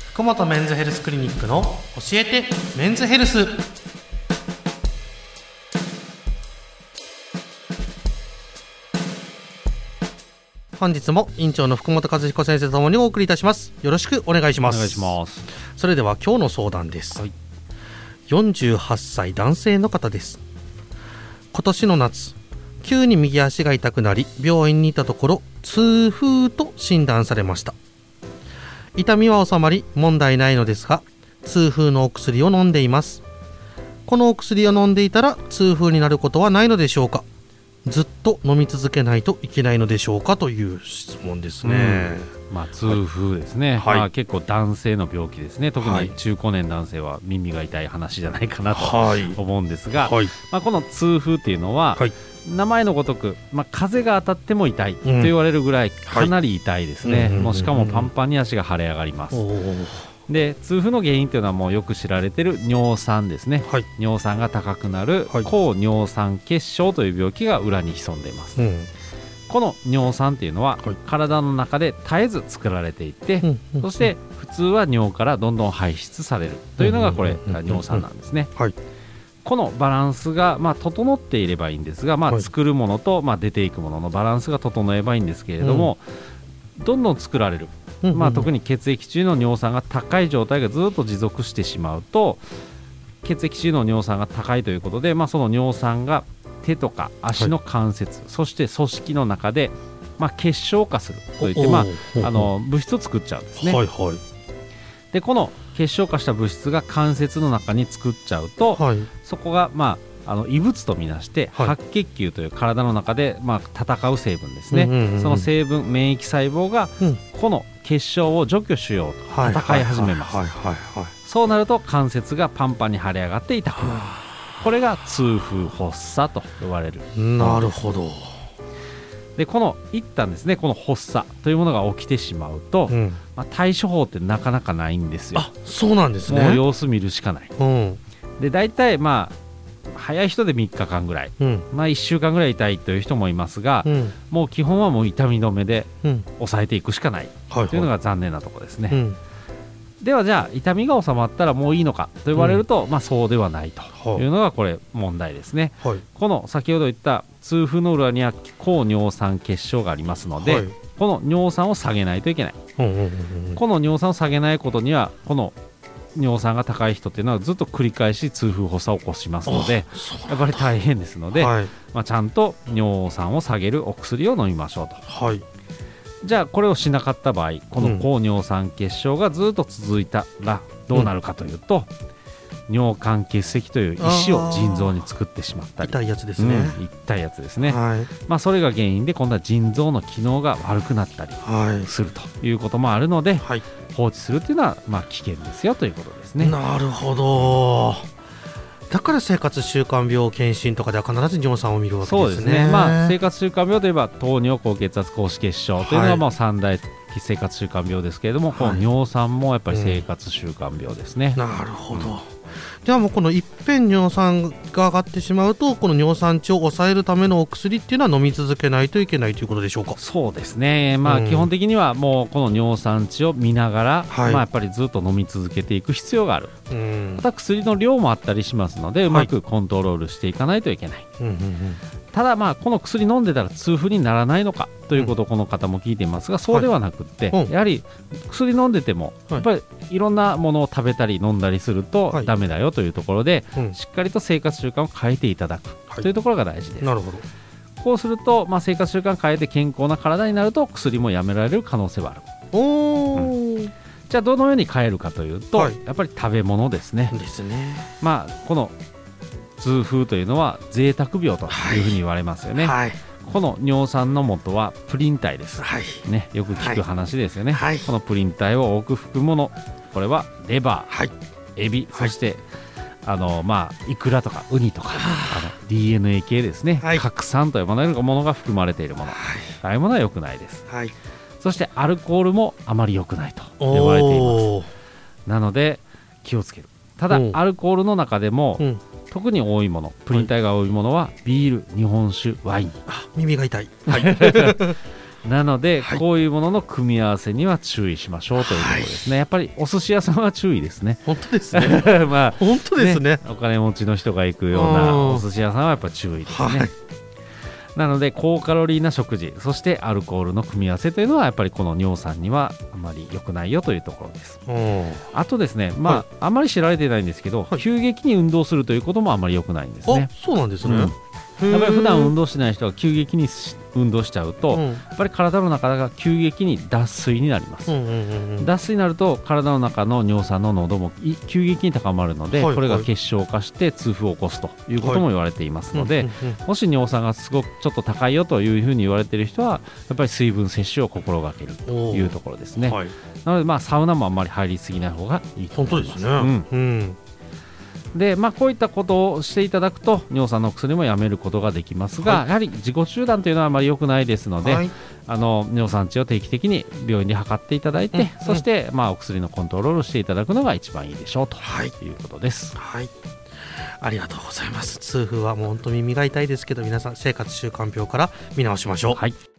福本メンズヘルスクリニックの教えてメンズヘルス。本日も院長の福本和彦先生とともにお送りいたします。よろしくお願いします。 お願いします。 それでは今日の相談です、48歳男性の方です。今年の夏、急に右足が痛くなり病院にいたところ痛風と診断されました。痛みは収まり問題ないのですが、痛風のお薬を飲んでいます。このお薬を飲んでいたら痛風になることはないのでしょうか。ずっと飲み続けないといけないのでしょうか、という質問ですね。 痛風ですね、結構男性の病気ですね。特に中高年男性は耳が痛い話じゃないかなと思うんですが、この痛風っていうのは、名前のごとく、風が当たっても痛いと言われるぐらいかなり痛いですね。もうしかもパンパンに足が腫れ上がります。で、痛風の原因というのはもうよく知られている尿酸ですね、尿酸が高くなる高尿酸血症という病気が裏に潜んでいます。この尿酸というのは、体の中で絶えず作られていて、そして普通は尿からどんどん排出されるというのがこれ尿酸なんですね。このバランスが、整っていればいいんですが、作るものと、出ていくもののバランスが整えばいいんですけれども、どんどん作られる、特に血液中の尿酸が高い状態がずっと持続してしまうと、血液中の尿酸が高いということで、その尿酸が手とか足の関節、そして組織の中で、結晶化するといって、物質を作っちゃうんですね。で、この結晶化した物質が関節の中に作っちゃうと、そこが、異物とみなして、白血球という体の中で、戦う成分ですね、その成分、免疫細胞が、この結晶を除去しようと戦い始めます。そうなると関節がパンパンに腫れ上がって痛くなる。これが痛風発作と呼ばれる。 なるほど。 で、この一旦ですね、この発作というものが起きてしまうと、対処法ってなかなかないんですよ。 そうなんですね。 もう様子見るしかない。で、大体早い人で3日間ぐらい、1週間ぐらい痛いという人もいますが、もう基本はもう痛み止めで抑えていくしかないというのが残念なところですね。では、じゃあ痛みが収まったらもういいのかと言われると、そうではないというのがこれ問題ですね。この先ほど言った痛風の裏には高尿酸血症がありますので、この尿酸を下げないといけない。この尿酸を下げないことには、この尿酸が高い人っていうのはずっと繰り返し痛風発作を起こしますので、やっぱり大変ですので、ちゃんと尿酸を下げるお薬を飲みましょうと。じゃあこれをしなかった場合、この高尿酸血症がずっと続いたらどうなるかというと、尿管結石という石を腎臓に作ってしまったり、 痛いやつですね。 痛いやつですね。それが原因で今度は腎臓の機能が悪くなったりするということもあるので、放置するというのは危険ですよということですね。 なるほど。だから生活習慣病検診とかでは必ず尿酸を見るわけですね。 そうですね。生活習慣病といえば糖尿、高血圧、高脂血症というのが三大生活習慣病ですけれども、この尿酸もやっぱり生活習慣病ですね。 なるほど。ではもうこのいっぺん尿酸が上がってしまうと、この尿酸値を抑えるためのお薬っていうのは飲み続けないといけないということでしょうか。 そうですね。基本的にはもうこの尿酸値を見ながら、やっぱりずっと飲み続けていく必要がある。また薬の量もあったりしますので、うまくコントロールしていかないといけない。ただこの薬飲んでたら痛風にならないのかということをこの方も聞いていますが、そうではなくって、やはり薬飲んでてもやっぱりいろんなものを食べたり飲んだりするとダメだよというところで、しっかりと生活習慣を変えていただくというところが大事です。なるほど。こうすると、生活習慣変えて健康な体になると薬もやめられる可能性はある。じゃあどのように変えるかというと、やっぱり食べ物ですね。この痛風というのは贅沢病というふうに言われますよね。この尿酸の元はプリン体です、よく聞く話ですよね。このプリン体を多く含むもの、これはレバー、エビ、そしてイクラとかウニとか、DNA 系ですね、核酸というものが含まれているもの、ああいうものは良くないです。そしてアルコールもあまり良くないと呼ばれています。なので気をつける。ただアルコールの中でも、特に多いもの、プリン体が多いものはビール、日本酒、ワイン。 耳が痛い。 なので、こういうものの組み合わせには注意しましょうというところですね。やっぱりお寿司屋さんは注意ですね。 本当ですね。 まあ、 本当ですね。 お金持ちの人が行くようなお寿司屋さんはやっぱ注意ですね。なので高カロリーな食事、そしてアルコールの組み合わせというのはやっぱりこの尿酸にはあまり良くないよというところです。あとですね、あまり知られていないんですけど、急激に運動するということもあまり良くないんですね。 そうなんですね。 やっぱり普段運動しない人が急激に運動しちゃうと、やっぱり体の中が急激に脱水になります。脱水になると体の中の尿酸の濃度も急激に高まるので、これが結晶化して痛風を起こすということも言われていますので、もし尿酸がすごくちょっと高いよというふうに言われている人はやっぱり水分摂取を心がけるというところですね。なのでサウナもあんまり入りすぎない方がいいと思います。本当ですね。でこういったことをしていただくと尿酸の薬もやめることができますが、やはり自己中断というのはあまり良くないですので、尿酸値を定期的に病院で測っていただいて、そしてお薬のコントロールをしていただくのが一番いいでしょうということです。 ありがとうございます。痛風はもう本当耳が痛いですけど、皆さん生活習慣病から見直しましょう。